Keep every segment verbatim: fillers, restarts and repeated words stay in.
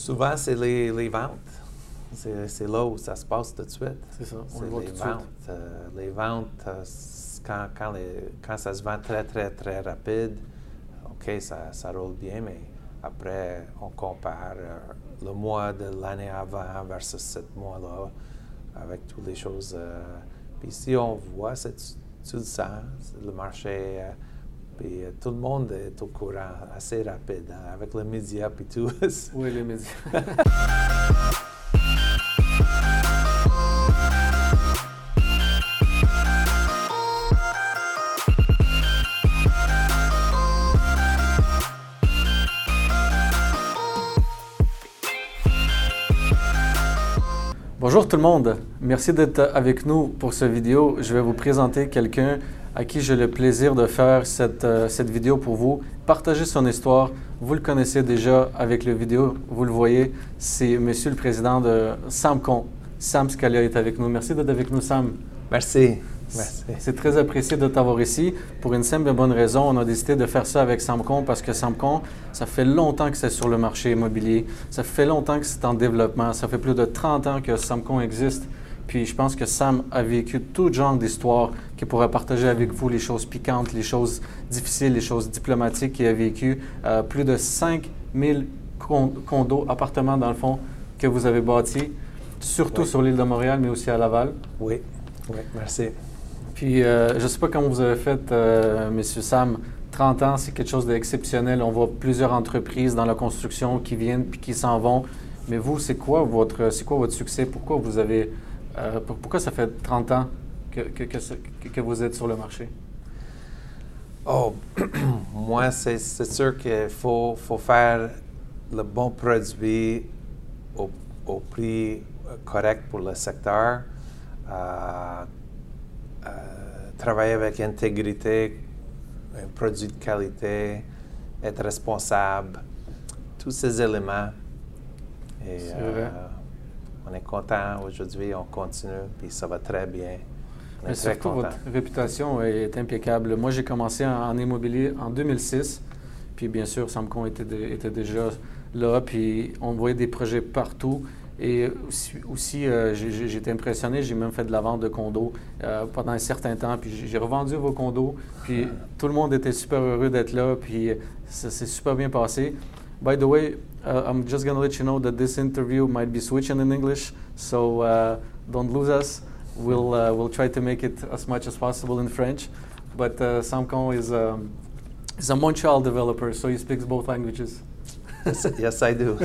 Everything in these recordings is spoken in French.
Souvent, c'est les, les ventes. C'est, c'est là où ça se passe tout de suite. C'est ça, on c'est le voit les tout de ventes. suite. Euh, les ventes, euh, quand, quand, les, quand ça se vend très, très, très rapide, OK, ça, ça roule bien, mais après, on compare euh, le mois de l'année avant versus ce mois-là, avec toutes les choses. Euh, puis si on voit, c'est, tu, tu le sens, le marché, euh, puis euh, tout le monde est au courant assez rapide, hein, avec les médias et tout. Oui, les médias. Bonjour tout le monde, merci d'être avec nous pour cette vidéo. Je vais vous présenter quelqu'un à qui j'ai le plaisir de faire cette, euh, cette vidéo pour vous. Partager son histoire, vous le connaissez déjà avec la vidéo, vous le voyez, c'est Monsieur le Président de Samcon. Sam Scalia est avec nous. Merci d'être avec nous, Sam. Merci. Merci. C'est très apprécié de t'avoir ici. Pour une simple et bonne raison, on a décidé de faire ça avec Samcon parce que Samcon, ça fait longtemps que c'est sur le marché immobilier. Ça fait longtemps que c'est en développement. Ça fait plus de trente ans que Samcon existe. Puis je pense que Sam a vécu tout genre d'histoires qu'il pourrait partager avec vous, les choses piquantes, les choses difficiles, les choses diplomatiques qu'il a vécues. Euh, plus de cinq mille condos, appartements dans le fond, que vous avez bâtis, surtout oui. sur l'île de Montréal, mais aussi à Laval. Oui, oui, merci. Puis, euh, je ne sais pas comment vous avez fait, euh, M. Sam, trente ans, c'est quelque chose d'exceptionnel. On voit plusieurs entreprises dans la construction qui viennent puis qui s'en vont. Mais vous, c'est quoi votre, c'est quoi votre succès? Pourquoi vous avez, euh, pourquoi ça fait trente ans que, que, que, que vous êtes sur le marché? Oh, moi, c'est, c'est sûr qu'il faut, faut faire le bon produit au, au prix correct pour le secteur. Euh, Euh, travailler avec intégrité, un produit de qualité, être responsable, tous ces éléments. Et C'est euh, vrai. on est content aujourd'hui, on continue, puis ça va très bien. On Mais est très surtout, content. votre réputation est impeccable. Moi, j'ai commencé en, en immobilier en deux mille six, puis bien sûr, Samcon était, de, était déjà là, puis on voyait des projets partout. Et aussi, aussi euh, j'ai, j'ai été impressionné, j'ai même fait de la vente de condos euh, pendant un certain temps, puis j'ai, j'ai revendu vos condos, puis tout le monde était super heureux d'être là, puis ça s'est super bien passé. By the way, uh, I'm just going to let you know that this interview might be switching in English, so uh, don't lose us. We'll, uh, we'll try to make it as much as possible in French, but uh, Samcon is, um, is a Montreal developer, so he speaks both languages. Yes, yes, I do.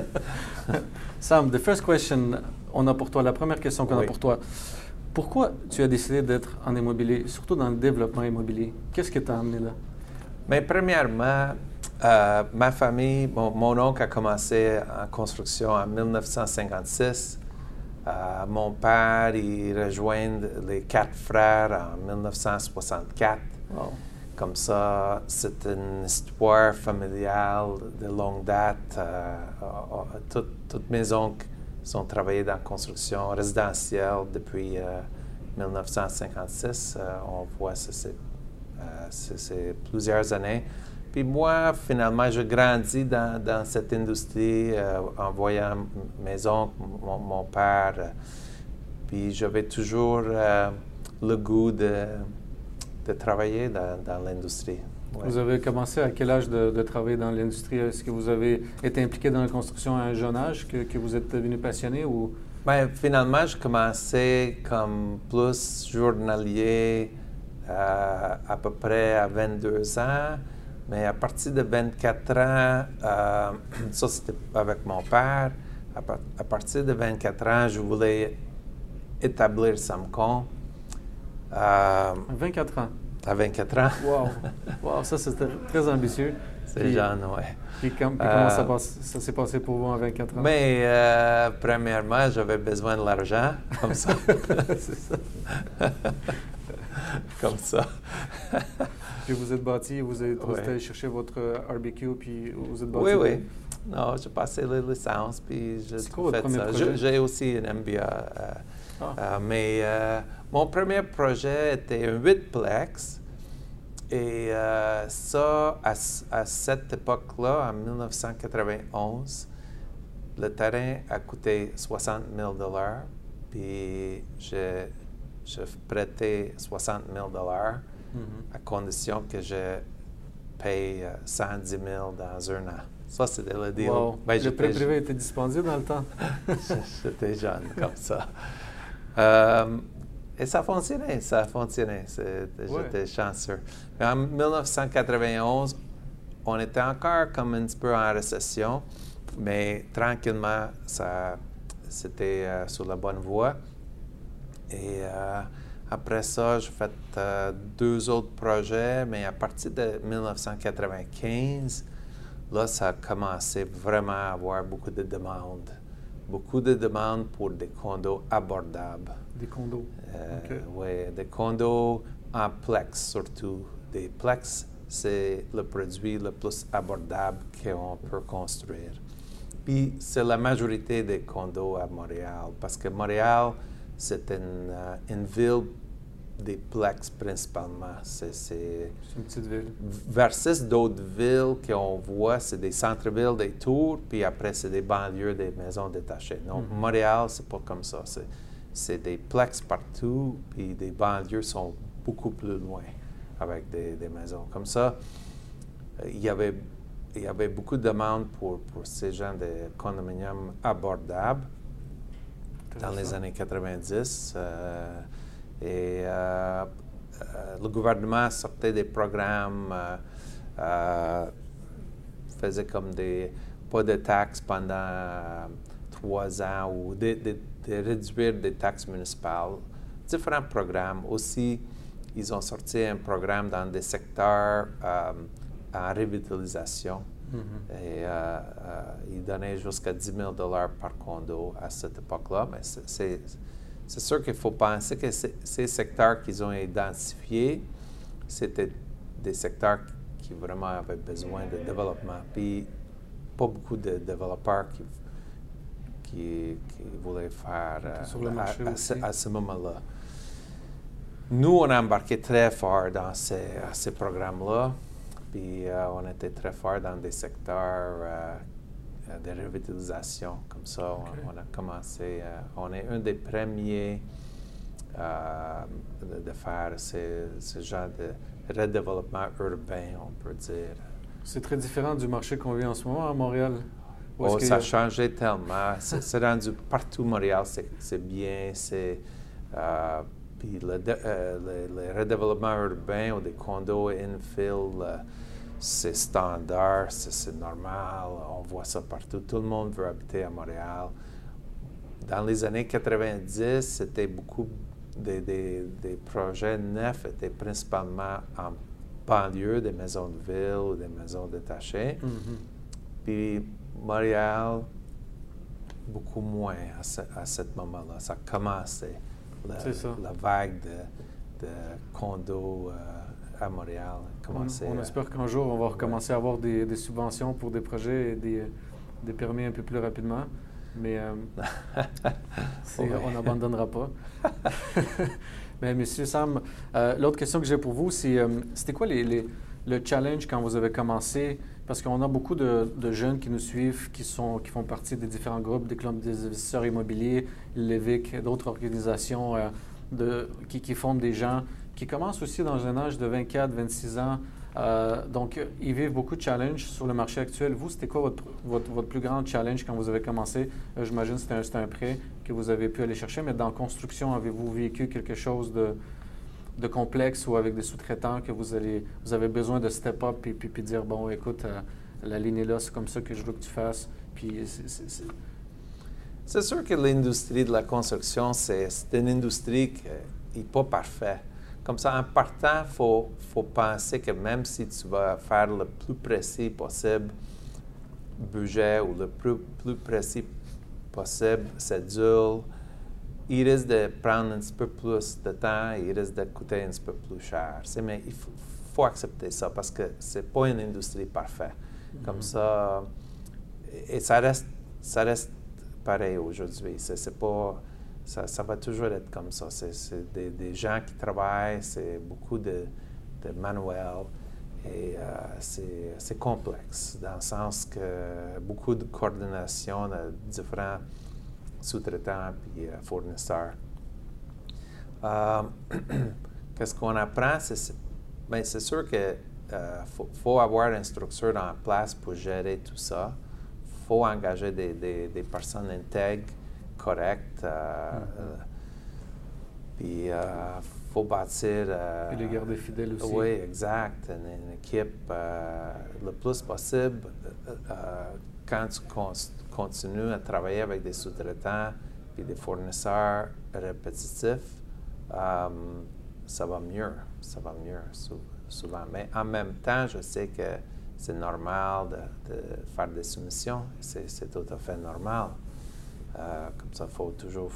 Sam, the first question on a pour toi, la première question qu'on oui. a pour toi, pourquoi tu as décidé d'être en immobilier, surtout dans le développement immobilier? Qu'est-ce qui t'a amené là? Bien, premièrement, euh, ma famille, mon, mon oncle a commencé en construction en dix-neuf cent cinquante-six. Euh, mon père, il rejoint les quatre frères en dix-neuf cent soixante-quatre. Wow. Comme ça, c'est une histoire familiale de longue date. Euh, euh, Tous mes oncles ont travaillé dans la construction résidentielle depuis euh, dix-neuf cent cinquante-six. Euh, on voit ça, c'est, euh, c'est, c'est plusieurs années. Puis moi, finalement, je grandis dans, dans cette industrie euh, en voyant mes oncles, mon, mon père. Euh, puis j'avais toujours euh, le goût de... de travailler dans, dans l'industrie. Ouais. Vous avez commencé à quel âge de, de travailler dans l'industrie? Est-ce que vous avez été impliqué dans la construction à un jeune âge, que, que vous êtes devenu passionné? Ou? Bien, finalement, je commençais comme plus journalier euh, à peu près à vingt-deux ans, mais à partir de vingt-quatre ans, euh, ça c'était avec mon père, à, par- à partir de vingt-quatre ans, je voulais établir Samcon. Euh, vingt-quatre ans. À vingt-quatre ans. Wow! Wow, ça c'était très ambitieux. C'est puis, jeune, oui. Puis, com- puis euh, comment ça, passe, ça s'est passé pour vous à vingt-quatre ans? Mais euh, premièrement, j'avais besoin de l'argent, comme ça. C'est ça. Comme ça. Puis vous êtes bâti, vous êtes oui. allé chercher votre R B Q, puis vous êtes bâti. Oui, oui. Non, j'ai passé les licences, puis j'ai C'est quoi votre fait premier ça. projet? J'ai aussi une M B A. Euh, ah. euh, mais euh, mon premier projet était un huitplex. Et euh, ça, à, à cette époque-là, en dix-neuf cent quatre-vingt-onze, le terrain a coûté soixante mille dollars, puis je, je prêtais soixante mille dollars Mhm. à condition que je paye euh, cent dix mille dans un an. Ça, c'était le deal. Wow. Ben, Le prêt j'étais- privé était dispendieux dans le temps. J'étais jeune comme ça. Euh, et ça fonctionnait, ça a fonctionné. C'est- J'étais Ouais. chanceux. Mais en mille neuf cent quatre-vingt-onze, on était encore comme un petit peu en récession, mais tranquillement, ça, c'était euh, sur la bonne voie. Et euh, après ça, j'ai fait euh, deux autres projets, mais à partir de mille neuf cent quatre-vingt-quinze, là, ça a commencé vraiment à avoir beaucoup de demandes. Beaucoup de demandes pour des condos abordables. Des condos. Euh, OK. Oui, des condos en plex surtout. Des plex, c'est le produit le plus abordable qu'on peut construire. Puis c'est la majorité des condos à Montréal, parce que Montréal, c'est une, euh, une ville des plex principalement. C'est, c'est C'est une petite ville. versus d'autres villes qu'on voit, c'est des centres-villes, des tours, puis après, c'est des banlieues, des maisons détachées. Non, Mhm. Montréal, c'est pas comme ça. C'est, c'est des plex partout, puis des banlieues sont beaucoup plus loin avec des, des maisons. Comme ça, euh, il y avait, il y avait beaucoup de demandes pour, pour ces gens de condominiums abordables dans les années quatre-vingt-dix. Euh, et euh, euh, le gouvernement sortait des programmes, euh, euh, faisait comme des pas de taxes pendant euh, trois ans ou de, de- de réduire des taxes municipales. Différents programmes. Aussi, ils ont sorti un programme dans des secteurs euh, en revitalisation. Mhm. Et euh, euh, ils donnaient jusqu'à dix mille dollars par condo à cette époque-là. Mais c'est, c'est, c'est sûr qu'il faut penser que ces, ces secteurs qu'ils ont identifiés, c'était des secteurs qui vraiment avaient besoin de développement. Puis, pas beaucoup de développeurs qui, qui, qui voulaient faire euh, Sur le à- marché à, aussi. ce, à ce moment-là. Nous, on a embarqué très fort dans ces, ces programmes-là. Puis euh, on était très fort dans des secteurs euh, euh, de revitalisation. Comme ça, OK. on, on a commencé. Euh, on est un des premiers euh, de, de faire ce, ce genre de redéveloppement urbain, on peut dire. C'est très différent du marché qu'on vit en ce moment à Montréal. Où est-ce Oh, qu'il y ça a- a changé tellement. C'est, c'est rendu partout Montréal, c'est, c'est bien. C'est, euh, puis le, de- euh, le, le redéveloppement urbain ou des condos infill, euh, c'est standard, c'est, c'est normal. On voit ça partout. Tout le monde veut habiter à Montréal. Dans les années quatre-vingt-dix, c'était beaucoup des, des, des projets neufs, étaient principalement en banlieue, des maisons de ville ou des maisons détachées. Mhm. Puis Montréal, beaucoup moins à ce, à ce moment-là. Ça a commencé, la, C'est ça. la vague de, de condos euh, à Montréal. a On, commencé, on euh, espère qu'un jour, on va recommencer à avoir des, des subventions pour des projets et des, des permis un peu plus rapidement. Mais euh, c'est- Ouais. on n'abandonnera pas. Mais Monsieur Sam, euh, l'autre question que j'ai pour vous, c'est euh, c'était quoi les, les- le challenge quand vous avez commencé? Parce qu'on a beaucoup de, de jeunes qui nous suivent, qui, sont, qui font partie des différents groupes, des clubs des investisseurs immobiliers, l'E V I C, d'autres organisations euh, de, qui, qui forment des gens qui commencent aussi dans un âge de vingt-quatre, vingt-six ans. Euh, donc, ils vivent beaucoup de challenges sur le marché actuel. Vous, c'était quoi votre, votre, votre plus grand challenge quand vous avez commencé? Euh, J'imagine que c'était un, c'était un prêt que vous avez pu aller chercher, mais dans la construction, avez-vous vécu quelque chose de, de complexe ou avec des sous-traitants que vous, allez, vous avez besoin de step up et puis, puis dire, bon, écoute, euh, la ligne est là, c'est comme ça que je veux que tu fasses. Puis, c'est- c'est- c'est- C'est sûr que l'industrie de la construction, c'est, c'est une industrie qui n'est pas parfaite. Comme ça, en partant, il faut, faut penser que même si tu vas faire le plus précis possible budget ou le plus, plus précis possible cédule, il risque de prendre un petit peu plus de temps, il risque de coûter un petit peu plus cher. C'est, mais il faut, faut accepter ça parce que c'est pas une industrie parfaite. Comme ça, et ça reste, ça reste pareil aujourd'hui. C'est, c'est pas, ça, ça va toujours être comme ça. C'est, c'est des, des gens qui travaillent, c'est beaucoup de, de manuels. Et euh, c'est complexe, dans le sens que beaucoup de coordination de différents sous-traitants et euh, fournisseurs. Euh, Qu'est-ce qu'on apprend? C'est ben, sûr qu'il euh, faut, faut avoir une structure en place pour gérer tout ça. Il faut engager des, des, des personnes intègres, correctes. Euh, mm-hmm. euh, puis il euh, faut bâtir... Euh, et les garder fidèles aussi. Oui, exact. Une, une équipe euh, le plus possible. Euh, quand tu con continues à travailler avec des sous-traitants et des fournisseurs répétitifs, euh, ça va mieux. Ça va mieux sou souvent. Mais en même temps, je sais que c'est normal de, de faire des soumissions. C'est tout à fait normal. Euh, comme ça, il faut toujours...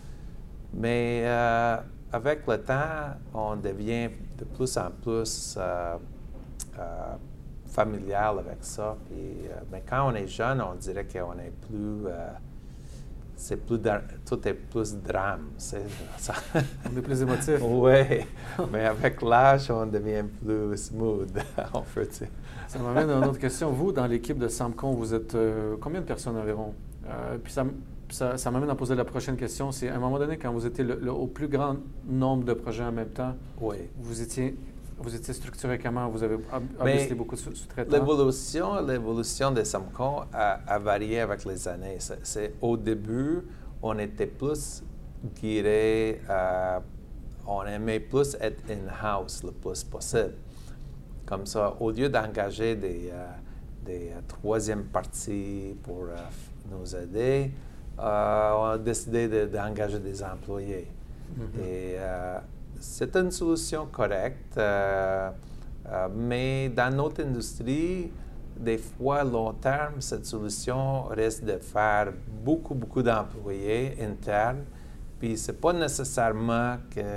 Mais euh, avec le temps, on devient de plus en plus euh, euh, familial avec ça. Puis, euh, mais quand on est jeune, on dirait qu'on est plus... Euh, c'est plus... Tout est plus drame. C'est ça. On est plus émotif. Oui. Mais avec l'âge, on devient plus smooth, on peut dire. Ça m'amène à une autre question. Vous, dans l'équipe de Samcon, vous êtes euh, combien de personnes environ? Euh, puis ça, ça, ça m'amène à poser la prochaine question. C'est à un moment donné, quand vous étiez le, le, au plus grand nombre de projets en même temps, oui. vous étiez... Vous étiez structuré comment? Vous avez obviously beaucoup de sous-traitants. L'évolution, l'évolution de Samcon a, a varié avec les années. C'est, au début, on était plus guidé, euh, on aimait plus être in-house le plus possible. Comme ça, au lieu d'engager des, euh, des euh, troisièmes parties pour euh, nous aider, euh, on a décidé d'engager de, des employés. Mm-hmm. Et, euh, c'est une solution correcte, euh, euh, mais dans notre industrie, des fois, à long terme, cette solution risque de faire beaucoup, beaucoup d'employés internes. Puis, ce n'est pas nécessairement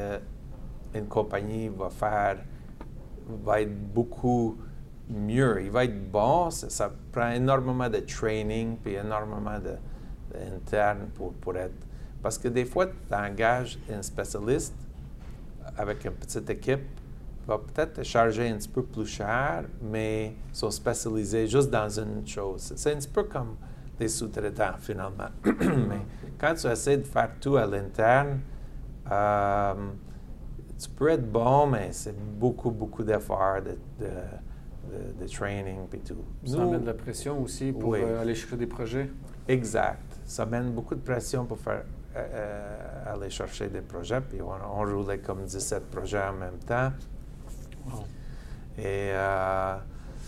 qu'une compagnie va faire, va être beaucoup mieux. Il va être bon, ça, ça prend énormément de training, puis énormément d'interne pour, pour être... Parce que des fois, tu engages un spécialiste avec une petite équipe, va peut-être te charger un petit peu plus cher, mais ils sont spécialisés juste dans une chose. C'est un petit peu comme des sous-traitants, finalement. Mais quand tu essaies de faire tout à l'interne, euh, tu peux être bon, mais c'est beaucoup, beaucoup d'efforts, de, de, de, de training et tout. Ça Nous, amène de la pression aussi pour oui. euh, aller chercher des projets? Exact. Ça amène beaucoup de pression pour faire Euh, aller chercher des projets, puis on, on roulait comme dix-sept projets en même temps. Wow. Et, euh,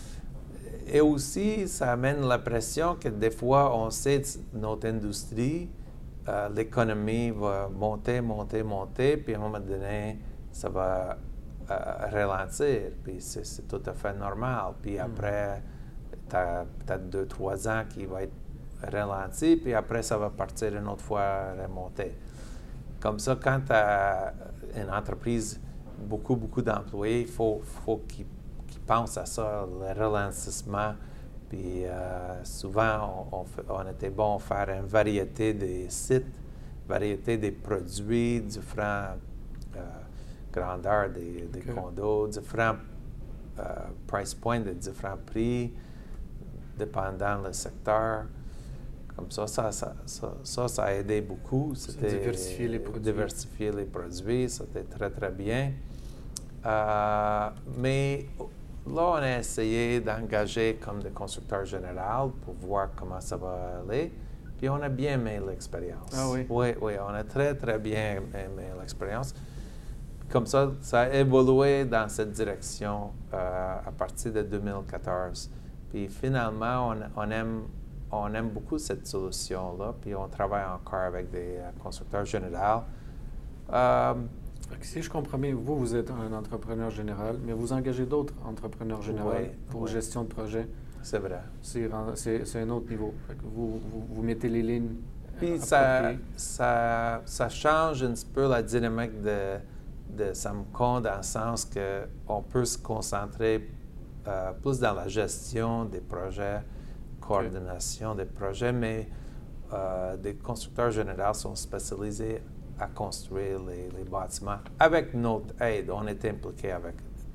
et aussi, ça amène la pression que des fois, on sait notre industrie, euh, l'économie va monter, monter, monter, puis à un moment donné, ça va euh, ralentir, puis c'est tout à fait normal. Puis après, tu as peut-être deux, trois ans qui va être ralenti, puis après, ça va partir une autre fois remonter. Comme ça, quand tu as une entreprise, beaucoup, beaucoup d'employés, il faut, faut qu'ils qu'ils pensent à ça, le ralentissement. Puis euh, souvent, on, on, fait, on était bon à faire une variété des sites, variété des produits, différentes euh, grandeurs des, des okay. condos, différents euh, price points de différents prix, dépendant du secteur. Comme ça, ça, ça, ça, ça, ça a aidé beaucoup. C'était diversifier les produits. Diversifier les produits, c'était très, très bien. Euh, mais là, on a essayé d'engager comme des constructeurs généraux pour voir comment ça va aller. Puis on a bien aimé l'expérience. Ah oui? Oui, oui, on a très, très bien aimé l'expérience. Comme ça, ça a évolué dans cette direction euh, à partir de deux mille quatorze. Puis finalement, on, on aime On aime beaucoup cette solution-là, puis on travaille encore avec des euh, constructeurs généraux. Euh, si je comprends bien, vous, vous êtes un entrepreneur général, mais vous engagez d'autres entrepreneurs généraux oui, pour oui. gestion de projet. C'est vrai. C'est un autre niveau. Fait que vous, vous, vous mettez les lignes. Puis ça, ça, ça change un petit peu la dynamique de, de Samcon dans le sens qu'on peut se concentrer euh, plus dans la gestion des projets, coordination des projets, mais euh, des constructeurs généraux sont spécialisés à construire les, les bâtiments avec notre aide. On est impliqué avec,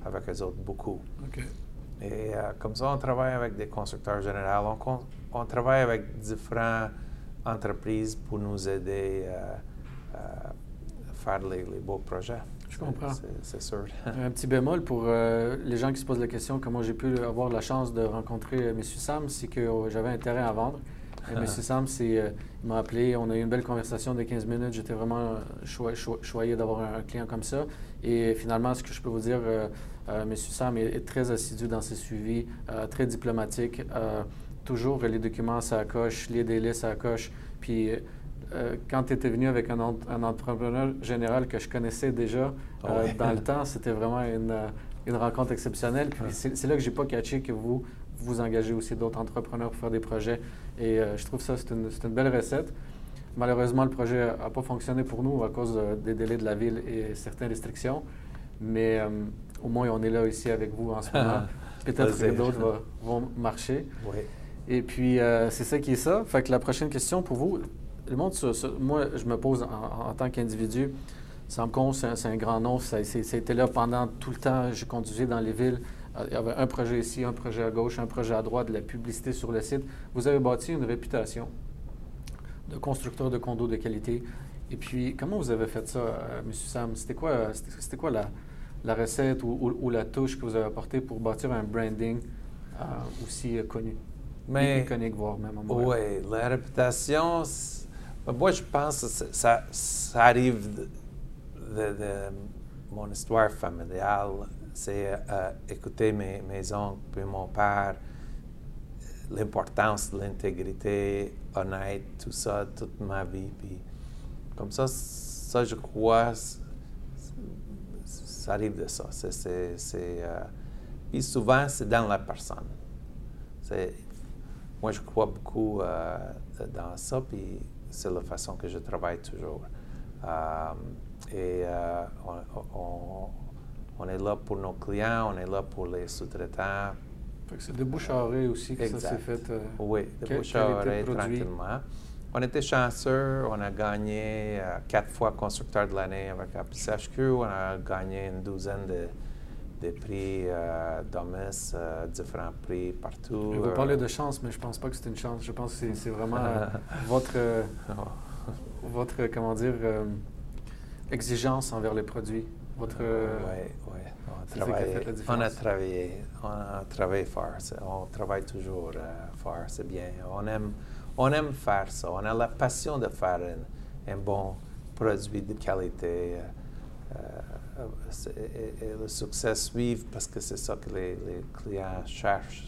avec eux autres beaucoup. OK. Et euh, comme ça, on travaille avec des constructeurs généraux. On, on travaille avec différentes entreprises pour nous aider euh, à faire les, les beaux projets. Je comprends. C'est sûr. Un petit bémol pour euh, les gens qui se posent la question comment j'ai pu avoir la chance de rencontrer euh, M. Sam, c'est que euh, j'avais intérêt à vendre. Et M. Sam, c'est, euh, il m'a appelé, on a eu une belle conversation de quinze minutes. J'étais vraiment cho cho choyé d'avoir un, un client comme ça. Et finalement, ce que je peux vous dire, euh, euh, M. Sam est, est très assidu dans ses suivis, euh, très diplomatique, euh, toujours les documents ça coche, les délais ça coche. Puis euh, quand tu étais venu avec un, un entrepreneur général que je connaissais déjà Oh euh, oui. dans le temps, c'était vraiment une, une rencontre exceptionnelle. Puis c'est là que j'ai pas catché que vous vous engagez aussi d'autres entrepreneurs pour faire des projets. Et euh, je trouve ça, c'est une, une belle recette. Malheureusement, le projet n'a pas fonctionné pour nous à cause euh, des délais de la ville et certaines restrictions. Mais euh, au moins, on est là ici avec vous en ce moment. Peut-être que d'autres vont marcher. Oui. Et puis, euh, c'est ça qui est ça. Fait que la prochaine question pour vous, le monde, ça, ça, moi, je me pose en, en tant qu'individu. Samcon, c'est un, un grand nom. Ça, ça a été là pendant tout le temps. J'ai conduisé dans les villes. Il y avait un projet ici, un projet à gauche, un projet à droite, de la publicité sur le site. Vous avez bâti une réputation de constructeur de condos de qualité. Et puis, comment vous avez fait ça, euh, M. Sam? C'était quoi, c'était quoi la, la recette ou, ou, ou la touche que vous avez apportée pour bâtir un branding euh, aussi euh, connu? Mais, iconique, voire même à Montréal. Oui, la réputation, moi je pense que ça, ça arrive de, de, de mon histoire familiale. C'est euh, écouter mes, mes oncles et mon père, l'importance de l'intégrité, honnête, tout ça, toute ma vie. Puis, comme ça, ça je crois, ça arrive de ça. C'est, c'est, c'est, euh, puis souvent, c'est dans la personne. C'est, moi, je crois beaucoup euh, dans ça, puis c'est la façon que je travaille toujours. Euh, et euh, on, on, on est là pour nos clients, on est là pour les sous-traitants. C'est de bouche à oreille aussi que exact. ça s'est fait. Euh, oui, de bouche à oreille, tranquillement. On était chanceux, on a gagné euh, quatre fois constructeur de l'année avec A P C H Q, on a gagné une douzaine de, de prix euh, Domus, euh, différents prix partout. Vous parlez de chance, mais je pense pas que c'est une chance. Je pense que c'est vraiment euh, votre, euh, votre, comment dire, euh, exigence envers les produits. Votre, euh, oui, oui. On, on a travaillé, on a travaillé fort. On travaille toujours euh, fort, c'est bien. On aime, on aime faire ça. On a la passion de faire un, un bon produit de qualité. Euh, et, et le succès suit parce que c'est ça que les, les clients cherchent.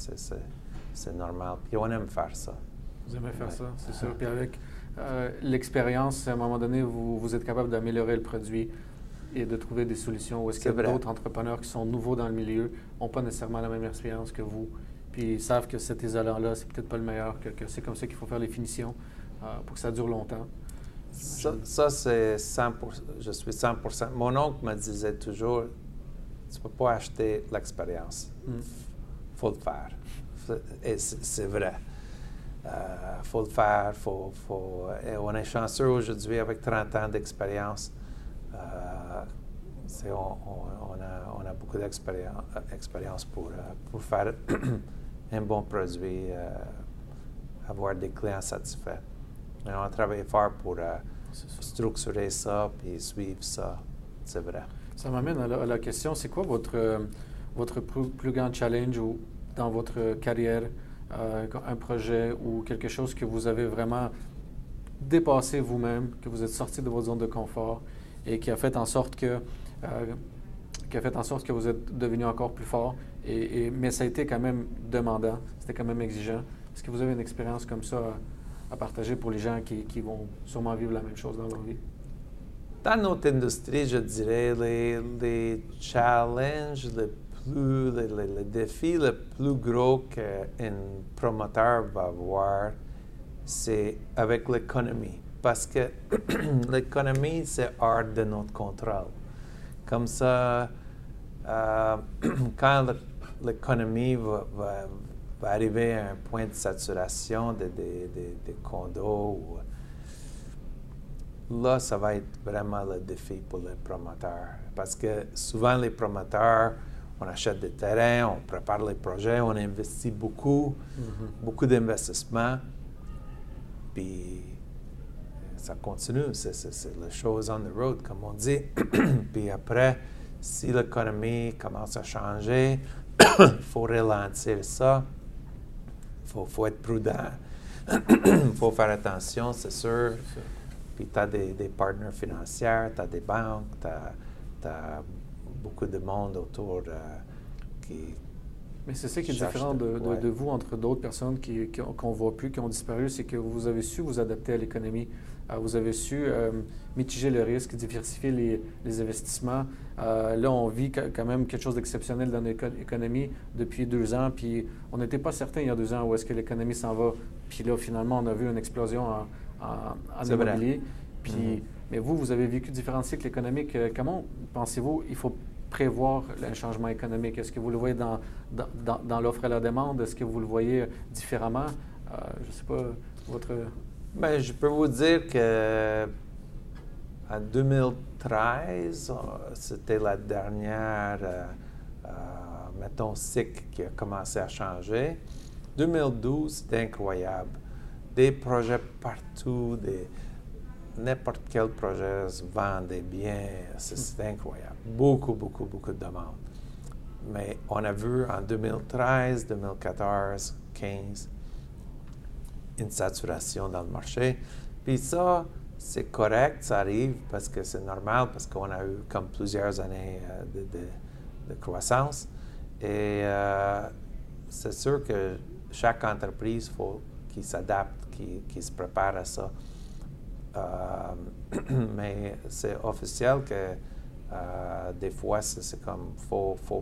C'est normal. Puis on aime faire ça. Vous aimez faire ouais. ça, c'est sûr. Puis avec euh, l'expérience, à un moment donné, vous, vous êtes capable d'améliorer le produit et de trouver des solutions où est-ce qu'il y a d'autres entrepreneurs qui sont nouveaux dans le milieu, n'ont pas nécessairement la même expérience que vous, puis ils savent que cet isolant-là, c'est peut-être pas le meilleur, que, que c'est comme ça qu'il faut faire les finitions euh, pour que ça dure longtemps. Ça, ça c'est cent pour cent, je suis cent pour cent. Mon oncle me disait toujours, tu ne peux pas acheter l'expérience, il mm. faut le faire. Et c'est vrai. Il euh, faut le faire, faut, faut, et on est chanceux aujourd'hui avec trente ans d'expérience. Euh, on, on, on, a, on a beaucoup d'expérience pour, euh, pour faire un bon produit, euh, avoir des clients satisfaits. Et on a travaillé fort pour euh, structurer ça et suivre ça, c'est vrai. Ça m'amène à, à la question, c'est quoi votre, euh, votre plus, plus grand challenge ou, dans votre carrière, euh, un projet ou quelque chose que vous avez vraiment dépassé vous-même, que vous êtes sorti de votre zone de confort et qui a fait en sorte que, euh, qui a fait en sorte que vous êtes devenu encore plus fort, et, et, mais ça a été quand même demandant, c'était quand même exigeant. Est-ce que vous avez une expérience comme ça à, à partager pour les gens qui, qui vont sûrement vivre la même chose dans leur vie? Dans notre industrie, je dirais, les, les challenges les plus, les, les, les défis les plus gros qu'un promoteur va avoir, c'est avec l'économie. Parce que l'économie, c'est hors de notre contrôle. Comme ça, euh, quand l'économie va, va, va arriver à un point de saturation de, de, de, de condos, là, ça va être vraiment le défi pour les promoteurs. Parce que souvent, les promoteurs on achète des terrains, on prépare les projets, on investit beaucoup, mm-hmm. beaucoup d'investissements. Puis ça continue, c'est, c'est, c'est les choses on the road, comme on dit. Puis après, si l'économie commence à changer, il faut ralentir ça. Il faut, faut être prudent. Il faut faire attention, c'est sûr. Puis tu as des, des partenaires financiers, tu as des banques, tu as beaucoup de monde autour euh, qui... Mais c'est ça qui est différent de, de, ouais. de vous entre d'autres personnes qui, qui, qu'on ne voit plus, qui ont disparu, c'est que vous avez su vous adapter à l'économie. Euh, vous avez su euh, mitiger le risque, diversifier les, les investissements. Euh, là, on vit quand même quelque chose d'exceptionnel dans notre économie depuis deux ans, puis on n'était pas certain il y a deux ans où est-ce que l'économie s'en va. Puis là, finalement, on a vu une explosion en, en, en immobilier. Puis, mm-hmm. Mais vous, vous avez vécu différents cycles économiques. Comment pensez-vous il faut prévoir un changement économique? Est-ce que vous le voyez dans, dans, dans l'offre et la demande? Est-ce que vous le voyez différemment? Euh, je ne sais pas, votre... Bien, je peux vous dire que en deux mille treize, c'était la dernière, euh, euh, mettons, cycle qui a commencé à changer. deux mille douze, c'était incroyable. Des projets partout, des... n'importe quel projet se vendait bien, c'était incroyable. Beaucoup, beaucoup, beaucoup de demandes. Mais on a vu en deux mille treize, deux mille quatorze, deux mille quinze, une saturation dans le marché. Puis ça, c'est correct, ça arrive parce que c'est normal, parce qu'on a eu comme plusieurs années euh, de, de, de croissance. Et euh, c'est sûr que chaque entreprise, il faut qu'il s'adapte, qu'il, qu'il se prépare à ça. Euh, mais c'est officiel que euh, des fois, c'est, c'est comme, il faut, faut,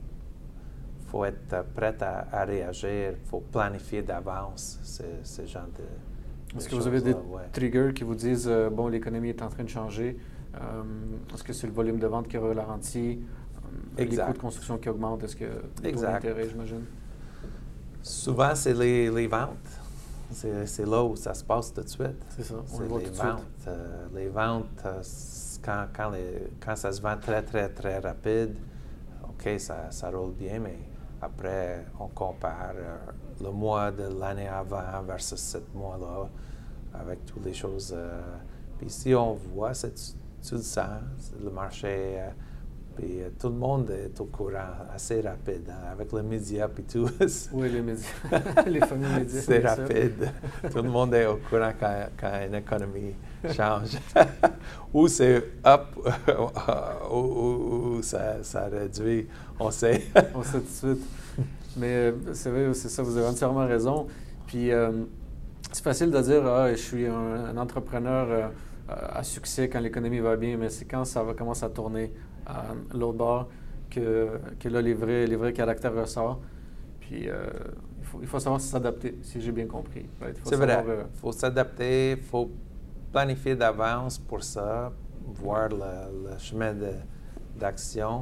faut être prêt à, à réagir, il faut planifier d'avance ce, ce genre de, de Est-ce que vous avez des ouais. triggers qui vous disent, euh, bon, l'économie est en train de changer, euh, est-ce que c'est le volume de vente qui ralentit, euh, les coûts de construction qui augmentent, est-ce que le taux d'intérêt, j'imagine? Souvent, c'est les, les ventes. C'est, c'est là où ça se passe tout de suite. C'est ça, on c'est le voit les tout de ventes. suite. Euh, les ventes, euh, quand, quand, les, quand ça se vend très, très, très rapide, OK, ça, ça roule bien, mais après, on compare euh, le mois de l'année avant versus ce mois-là, avec toutes les choses. Euh, puis si on voit, c'est, tu, tu le sens, le marché, euh, puis euh, tout le monde est au courant assez rapide, hein, avec les médias et tout. Oui, les médias, les fameux médias. C'est rapide. Tout le monde est au courant quand, quand une économie change. Ou c'est up, ou, ou, ou ça, ça réduit, on sait. On sait tout de suite. Mais c'est vrai, c'est ça, vous avez entièrement raison. Puis euh, c'est facile de dire, ah, je suis un, un entrepreneur euh, à succès quand l'économie va bien, mais c'est quand ça va commencer à tourner à l'autre bord que, que là, les vrais, les vrais caractères ressortent. Puis euh, il, faut, il faut savoir s'adapter, si j'ai bien compris. Il faut c'est savoir, vrai. Il euh, faut s'adapter, il faut planifier d'avance pour ça, voir le, le chemin de, d'action,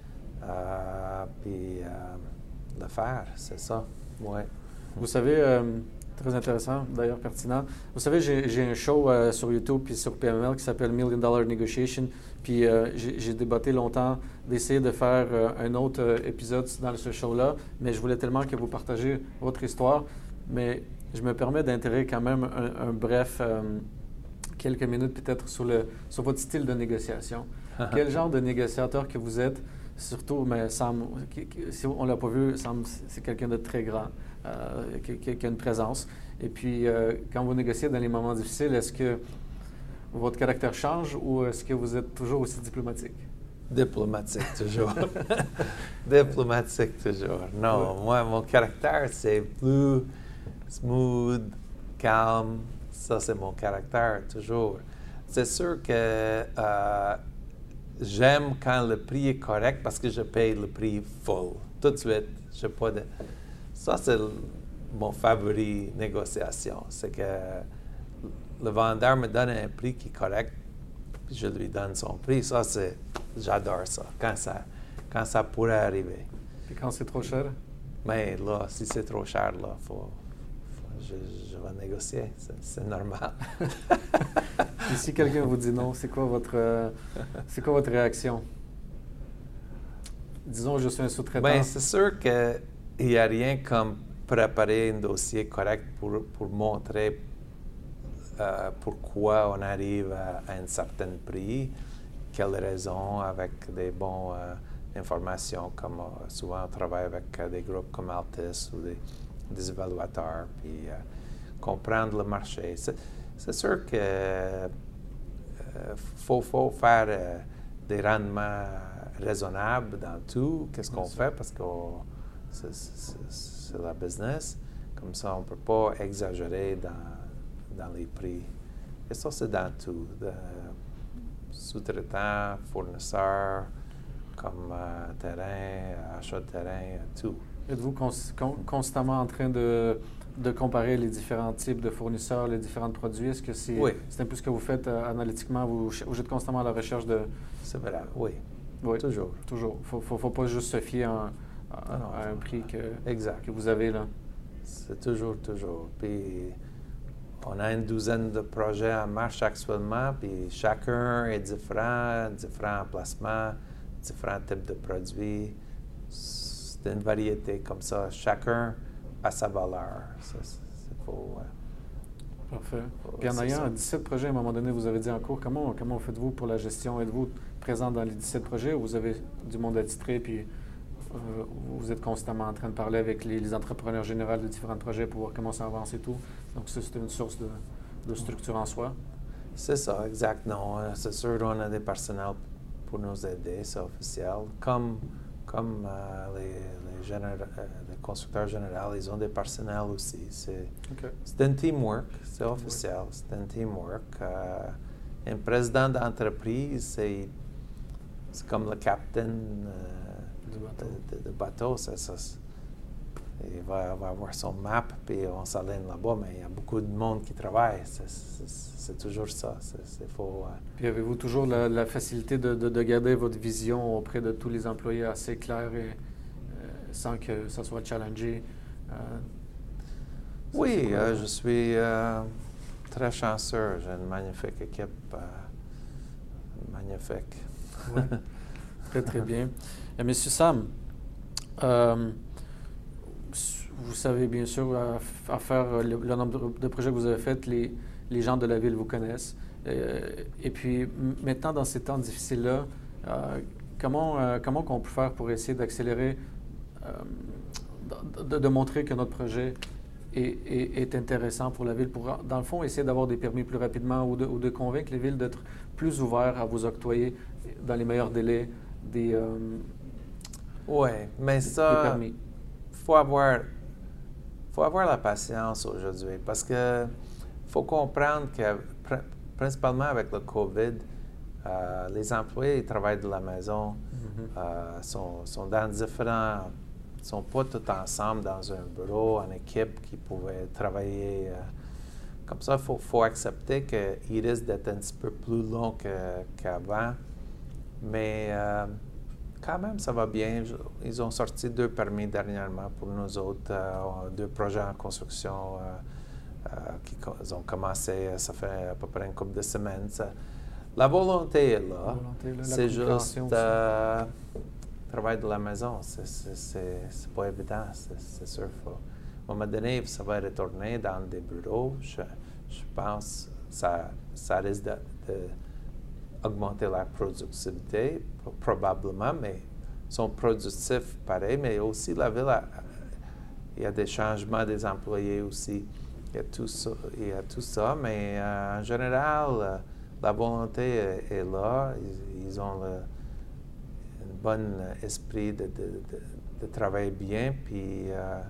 euh, puis euh, le faire, c'est ça. Ouais. Vous savez, euh, très intéressant, d'ailleurs pertinent. Vous savez, j'ai, j'ai un show euh, sur YouTube puis sur P M L qui s'appelle Million Dollar Negotiation. Puis euh, j'ai, j'ai débatté longtemps d'essayer de faire euh, un autre euh, épisode dans ce show-là, mais je voulais tellement que vous partagez votre histoire. Mais je me permets d'intégrer quand même un, un bref, euh, quelques minutes peut-être sur, le, sur votre style de négociation. Quel genre de négociateur que vous êtes? Surtout, mais Sam, qui, qui, si on ne l'a pas vu, Sam, c'est quelqu'un de très grand, euh, qui, qui, qui a une présence. Et puis, euh, quand vous négociez dans les moments difficiles, est-ce que votre caractère change ou est-ce que vous êtes toujours aussi diplomatique? Diplomatique, toujours. Diplomatique, toujours. Non, oui. Moi, mon caractère, c'est plus smooth, calme. Ça, c'est mon caractère, toujours. C'est sûr que euh, j'aime quand le prix est correct parce que je paye le prix full. Tout de suite, je n'ai pas de... Ça, c'est le, mon favori négociation. C'est que le vendeur me donne un prix qui est correct, puis je lui donne son prix. Ça, c'est... J'adore ça, quand ça, quand ça pourrait arriver. Et quand c'est trop cher? Mais là, si c'est trop cher, là, faut, faut je, je vais négocier. C'est, c'est normal. Et si quelqu'un vous dit non, c'est quoi votre, euh, c'est quoi votre réaction? disons, je suis un sous-traitant. Bien, c'est sûr qu'il n'y a rien comme préparer un dossier correct pour, pour montrer euh, pourquoi on arrive à, à un certain prix, quelles raisons, avec des bonnes euh, informations, comme euh, souvent on travaille avec euh, des groupes comme Altis ou des, des évaluateurs, puis euh, comprendre le marché. C'est, c'est sûr qu'il euh, faut, faut faire euh, des rendements raisonnables dans tout, qu'est-ce qu'on fait, parce que c'est, c'est, c'est la business. Comme ça, on ne peut pas exagérer dans, dans les prix. Et ça, c'est dans tout. De, sous-traitants, fournisseurs, comme euh, terrain, achat de terrain, tout. Êtes-vous cons con constamment en train de, de comparer les différents types de fournisseurs, les différents produits? Est-ce que c'est oui. un peu ce que vous faites euh, analytiquement? Vous, vous êtes constamment à la recherche de... C'est vrai, oui. Oui. Toujours. Toujours. Il ne faut, faut pas juste se fier à, à, non, à un prix que, exact. que vous avez là. C'est toujours, toujours. Puis, on a une douzaine de projets en marche actuellement, puis chacun est différent, différents emplacements, différents types de produits. C'est une variété comme ça. Chacun a sa valeur. C'est, c'est faut, euh, Parfait. faut, Puis en ayant dix-sept projets, à un moment donné, vous avez dit en cours, comment, comment faites-vous pour la gestion? Êtes-vous présent dans les dix-sept projets ou vous avez du monde attitré, puis euh, vous êtes constamment en train de parler avec les, les entrepreneurs généraux de différents projets pour voir comment ça avance et tout? Donc ça, c'est une source de, de structure en soi. C'est ça, exact. Non, c'est sûr qu'on a des personnels pour nous aider, c'est officiel. Comme, comme euh, les, les, généra- euh, les constructeurs généraux, ils ont des personnels aussi. C'est, okay. c'est un teamwork, c'est officiel, ouais. C'est un teamwork. Euh, un président d'entreprise, c'est, c'est comme le capitaine euh, du bateau. De, de, de bateau. Ça, ça, il va, va avoir son map, puis on s'aligne là-bas, mais il y a beaucoup de monde qui travaille. C'est, c'est, c'est toujours ça. C'est, c'est faut, euh... Puis avez-vous toujours la, la facilité de, de, de garder votre vision auprès de tous les employés assez claire et euh, sans que ça soit challengé? Euh, oui, euh, je suis euh, très chanceux. J'ai une magnifique équipe. Euh, magnifique. Oui. Très, très bien. Et Monsieur Sam, euh, vous savez bien sûr, à, à faire le, le nombre de projets que vous avez fait, les, les gens de la ville vous connaissent. Euh, et puis, maintenant, dans ces temps difficiles-là, euh, comment, euh, comment on peut faire pour essayer d'accélérer, euh, de, de, de montrer que notre projet est, est, est intéressant pour la ville, pour, dans le fond, essayer d'avoir des permis plus rapidement ou de, ou de convaincre les villes d'être plus ouverts à vous octroyer, dans les meilleurs délais, des, euh, oui, mais ça, des permis? Il faut avoir, faut avoir la patience aujourd'hui parce que faut comprendre que, pr- principalement avec le COVID, euh, les employés ils travaillent de la maison, mm-hmm. euh, sont, sont dans différents, sont pas tous ensemble dans un bureau, en équipe qui pouvaient travailler. Euh, comme ça, il faut, faut accepter qu'il risque d'être un petit peu plus long que, qu'avant. Mais euh, quand même, ça va bien. Ils ont sorti deux permis dernièrement pour nous autres, euh, deux projets en construction euh, euh, qui ils ont commencé, ça fait à peu près une couple de semaines. Ça, la volonté est là. Volonté, là c'est juste euh, travail de la maison. C'est, c'est, c'est, c'est pas évident, c'est, c'est sûr. Faut, à un moment donné, ça va retourner dans des bureaux. Je, je pense que ça, ça risque de, de augmenter la productivité, probablement, mais ils sont productifs pareil, mais aussi la ville, a, il y a des changements des employés aussi. Il y a tout ça, il y a tout ça mais euh, en général, euh, la volonté est, est là. Ils, ils ont le, un bon esprit de, de, de, de travailler bien, puis euh,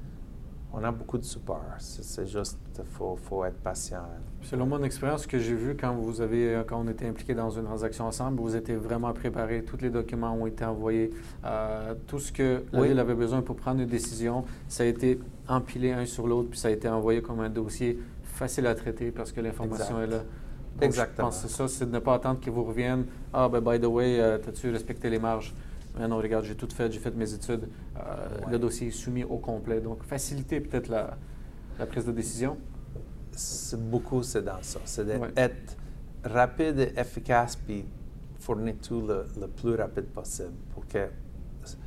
on a beaucoup de support. C'est, c'est juste qu'il faut, faut être patient. Selon mon expérience, ce que j'ai vu quand vous avez, quand on était impliqués dans une transaction ensemble, vous étiez vraiment préparés. Tous les documents ont été envoyés. Euh, tout ce que la oui. ville avait besoin pour prendre une décision, ça a été empilé un sur l'autre, puis ça a été envoyé comme un dossier facile à traiter parce que l'information exact. est là. Donc, Exactement. je pense que c'est ça, c'est de ne pas attendre qu'ils vous reviennent. Ah, ben, by the way, euh, as-tu respecté les marges? Mais non, regarde, j'ai tout fait, j'ai fait mes études. Euh, ouais. Le dossier est soumis au complet. Donc, faciliter peut-être la, la prise de décision. C'est beaucoup, c'est dans ça. C'est d'être ouais. rapide et efficace, puis fournir tout le, le plus rapide possible pour que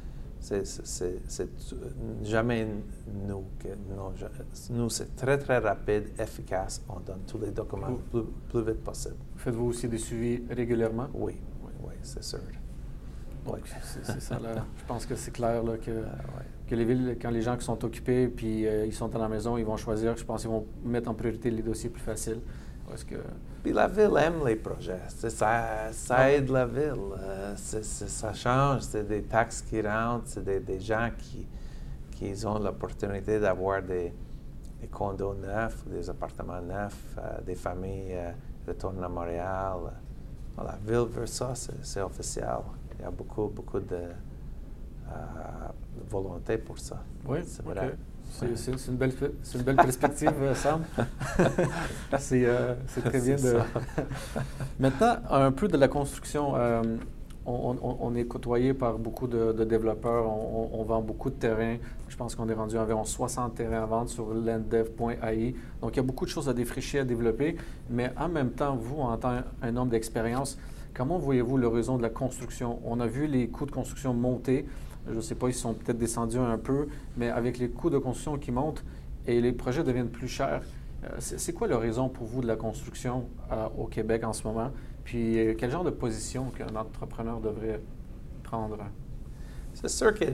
C'est, c'est, c'est jamais nous. Que, non, je, nous, c'est très, très rapide, efficace. On donne tous les documents le plus, plus vite possible. Faites-vous aussi des suivis régulièrement? Oui, oui, oui, c'est sûr. Donc, oui. c'est, c'est ça, là. Je pense que c'est clair là, que, euh, ouais. que les villes, quand les gens qui sont occupés puis euh, ils sont à la maison, ils vont choisir, je pense qu'ils vont mettre en priorité les dossiers plus faciles. Parce que... Puis la ville aime les projets. C'est, ça, ça aide la ville. Euh, c'est, c'est, ça change. C'est des taxes qui rentrent. C'est des, des gens qui, qui ont l'opportunité d'avoir des, des condos neufs, des appartements neufs, euh, des familles euh, retournent à Montréal. Bon, la ville veut ça, c'est, c'est officiel. Il y a beaucoup, beaucoup de euh, volonté pour ça. Oui, c'est okay. vrai. C'est, c'est, c'est, une belle, c'est une belle perspective, Sam. c'est, euh, c'est très bien c'est de... Maintenant, un peu de la construction. Euh, on, on, on est côtoyé par beaucoup de, de développeurs. On, on, on vend beaucoup de terrains. Je pense qu'on est rendu à environ soixante terrains à vendre sur landdev point a i. Donc, il y a beaucoup de choses à défricher, à développer. Mais en même temps, vous, en tant qu'un homme d'expérience, comment voyez-vous l'horizon de la construction? On a vu les coûts de construction monter. Je ne sais pas, ils sont peut-être descendus un peu, mais avec les coûts de construction qui montent et les projets deviennent plus chers, euh, c'est, c'est quoi l'horizon pour vous de la construction euh, au Québec en ce moment? Puis, euh, quel genre de position qu'un entrepreneur devrait prendre? C'est sûr que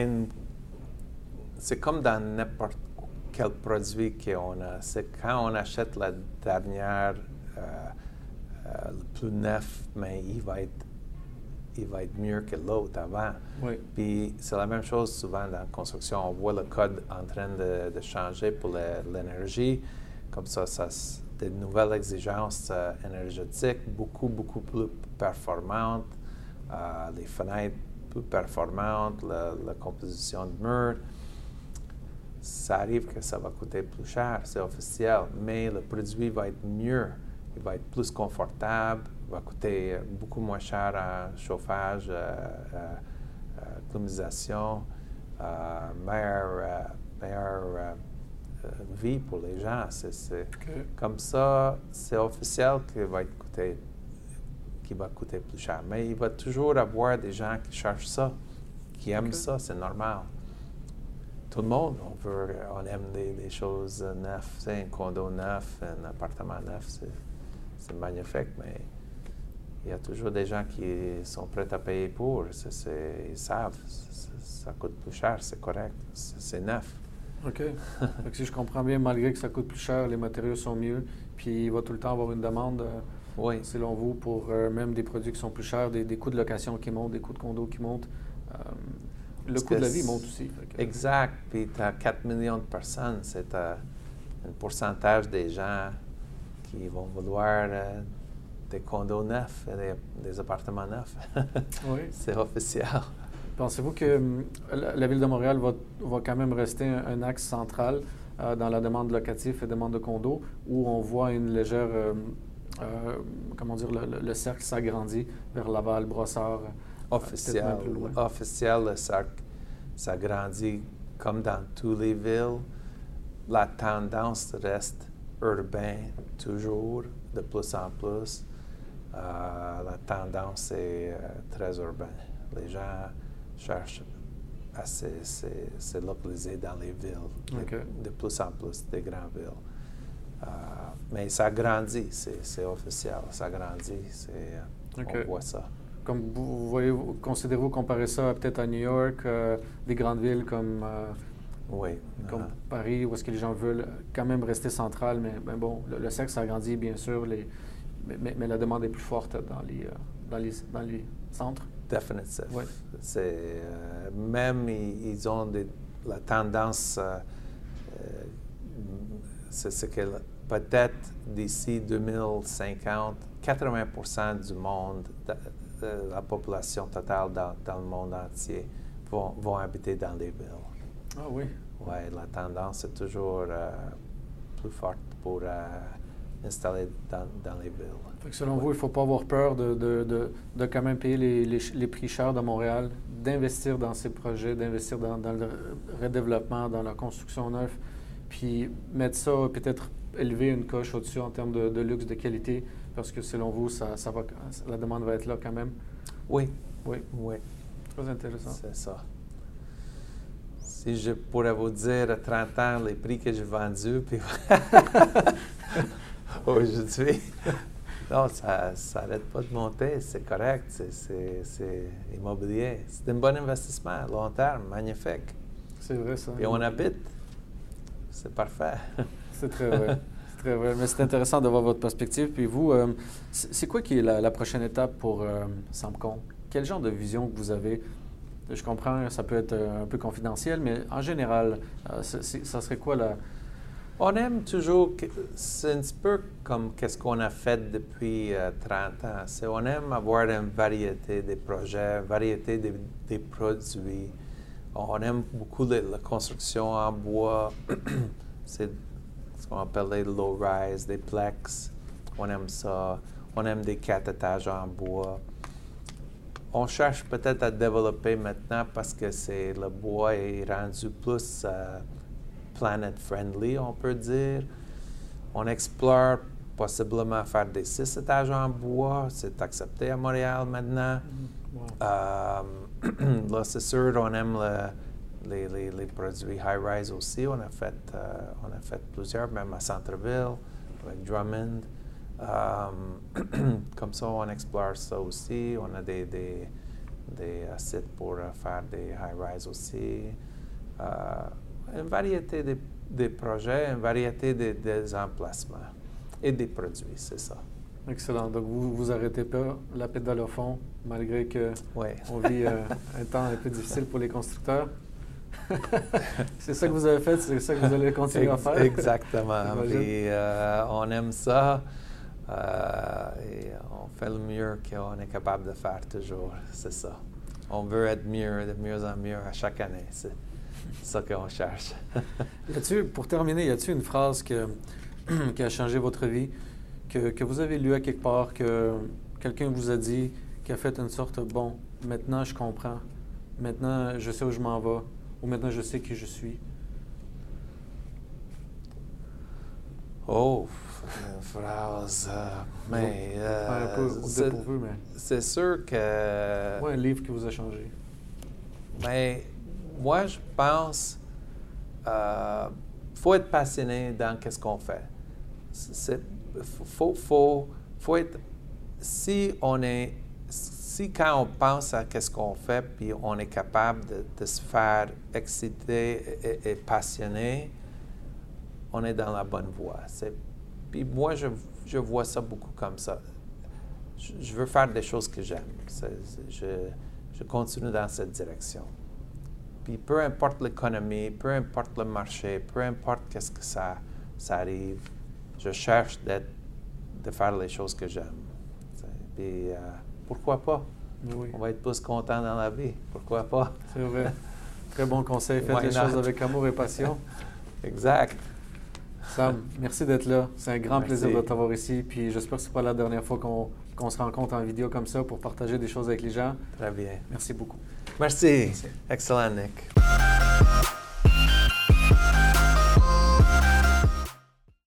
c'est comme dans n'importe quel produit qu'on a. C'est quand on achète la dernière, euh, euh, le plus neuf, mais il va être il va être mieux que l'autre avant. Oui. Puis c'est la même chose souvent dans la construction. On voit le code en train de, de changer pour le, l'énergie. Comme ça, ça des nouvelles exigences euh, énergétiques, beaucoup, beaucoup plus performantes. Euh, les fenêtres plus performantes, la, la composition de murs. Ça arrive que ça va coûter plus cher, c'est officiel, mais le produit va être mieux. Il va être plus confortable, il va coûter beaucoup moins cher en chauffage, euh, euh, euh, climatisation, euh, meilleure, euh, meilleure euh, euh, vie pour les gens. C'est, c'est Okay. Comme ça, c'est officiel qu'il va, être coûté, qu'il va coûter plus cher. Mais il va toujours avoir des gens qui cherchent ça, qui aiment okay. ça, c'est normal. Tout le monde, on, veut, on aime des, des choses neuves. Un condo neuf, un appartement neuf, c'est, c'est magnifique, mais il y a toujours des gens qui sont prêts à payer pour. C'est, c'est, ils savent, c'est, ça coûte plus cher, c'est correct, c'est, c'est neuf. OK. Donc, si je comprends bien, malgré que ça coûte plus cher, les matériaux sont mieux, puis il va tout le temps avoir une demande, euh, oui. selon vous, pour euh, même des produits qui sont plus chers, des, des coûts de location qui montent, des coûts de condo qui montent. Euh, le Parce coût de la vie monte aussi. Que, exact. Puis tu as quatre millions de personnes, c'est un pourcentage des gens qui vont vouloir euh, des condos neufs, des, des appartements neufs. Oui. C'est officiel. Pensez-vous que um, la, la Ville de Montréal va, va quand même rester un, un axe central euh, dans la demande locative et demande de condos, où on voit une légère, euh, euh, comment dire, le, le, le cercle s'agrandit vers Laval, Brossard? Officiel, officiel, le cercle s'agrandit comme dans toutes les villes. La tendance reste urbaine toujours, de plus en plus. Euh, la tendance est euh, très urbaine. Les gens cherchent à se, se, se localiser dans les villes, okay. de, de plus en plus, des grandes villes. Euh, mais ça grandit, c'est, c'est officiel, ça grandit, c'est, okay. on voit ça. Comme vous voyez, considérez-vous comparer ça peut-être à New York, euh, des grandes villes comme, euh, oui. comme uh-huh. Paris, où est-ce que les gens veulent quand même rester central, mais ben bon, le, le sexe s'agrandit bien sûr, les, mais, mais la demande est plus forte dans les, euh, dans les, dans les centres. Définitif. Oui. C'est, euh, même ils, ils ont des, la tendance, euh, euh, c'est ce que peut-être d'ici deux mille cinquante, quatre-vingts pour cent du monde, de, de la population totale dans, dans le monde entier vont, vont habiter dans les villes. Ah oui? Oui, la tendance est toujours euh, plus forte pour euh, installer dans, dans les villes. Fait que selon oui. vous, il ne faut pas avoir peur de, de, de, de quand même payer les, les, les prix chers de Montréal, d'investir dans ces projets, d'investir dans, dans le redéveloppement, dans la construction neuve, puis mettre ça, peut-être élever une coche au-dessus en termes de, de luxe, de qualité, parce que selon vous, ça, ça va, la demande va être là quand même? Oui. Oui. Oui. Très intéressant. C'est ça. si je pourrais vous dire à trente ans les prix que j'ai vendus, puis aujourd'hui, non, ça n'arrête pas de monter, c'est correct, c'est, c'est, c'est immobilier. C'est un bon investissement à long terme, magnifique. C'est vrai, ça. Et on habite, c'est parfait. C'est très vrai. C'est très vrai. Mais c'est intéressant de voir votre perspective. Puis vous, euh, c'est quoi qui est la, la prochaine étape pour euh, Samcon? Quel genre de vision que vous avez? Je comprends, ça peut être un peu confidentiel, mais en général, euh, c'est, c'est, ça serait quoi la... On aime toujours, c'est un petit peu comme qu'est-ce qu'on a fait depuis euh, trente ans. C'est, on aime avoir une variété de projets, une variété de, de produits. On aime beaucoup la, la construction en bois. C'est ce qu'on appelle les low-rise, des plex. On aime ça. On aime des quatre étages en bois. On cherche peut-être à développer maintenant parce que c'est, le bois est rendu plus... Euh, planet-friendly, on peut dire. On explore possiblement faire des six étages en bois. C'est accepté à Montréal maintenant. Mm-hmm. Wow. Euh, là, c'est sûr, on aime le, les, les, les produits high-rise aussi. On a fait, euh, on a fait plusieurs, même à Centre-Ville, avec Drummond. Euh, comme ça, on explore ça aussi. On a des, des, des uh, sites pour uh, faire des high-rise aussi. Euh, Une variété de, de projets, une variété de, des emplacements et des produits, c'est ça. Excellent. Donc, vous vous arrêtez pas la pédale au fond, malgré que ouais. on vit euh, un temps un peu difficile pour les constructeurs. C'est ça que vous avez fait, c'est ça que vous allez continuer à faire? Exactement. Puis, euh, on aime ça euh, et on fait le mieux qu'on est capable de faire toujours, c'est ça. On veut être mieux, de mieux en mieux à chaque année. C'est ça qu'on cherche. Y a-t-il, pour terminer, y a-t-il une phrase que, qui a changé votre vie, que, que vous avez lue à quelque part, que quelqu'un vous a dit, qui a fait une sorte de « bon, maintenant je comprends, maintenant je sais où je m'en vais, ou maintenant je sais qui je suis ». Oh, une phrase, euh, mais... Euh, un peu au dépourvu, mais... C'est sûr que... Ou un livre qui vous a changé. Mais... Moi, je pense qu'il euh, faut être passionné dans ce qu'on fait. Il faut, faut, faut être... Si on est... Si quand on pense à ce qu'on fait, puis on est capable de, de se faire exciter et, et passionné, on est dans la bonne voie. C'est, puis moi, je, je vois ça beaucoup comme ça. Je, je veux faire des choses que j'aime. C'est, c'est, je, je continue dans cette direction. Puis peu importe l'économie, peu importe le marché, peu importe qu'est-ce que ça, ça arrive, je cherche d'être, de faire les choses que j'aime. T'sais. Puis euh, pourquoi pas? Oui. On va être plus content dans la vie. Pourquoi pas? C'est vrai. Très bon conseil. Faites Why les not? choses avec amour et passion. Exact. Sam, merci d'être là. C'est un grand merci. plaisir de t'avoir ici. Puis j'espère que ce n'est pas la dernière fois qu'on, qu'on se rencontre en vidéo comme ça pour partager des choses avec les gens. Très bien. Merci beaucoup. Merci. Merci. Excellent, Nick.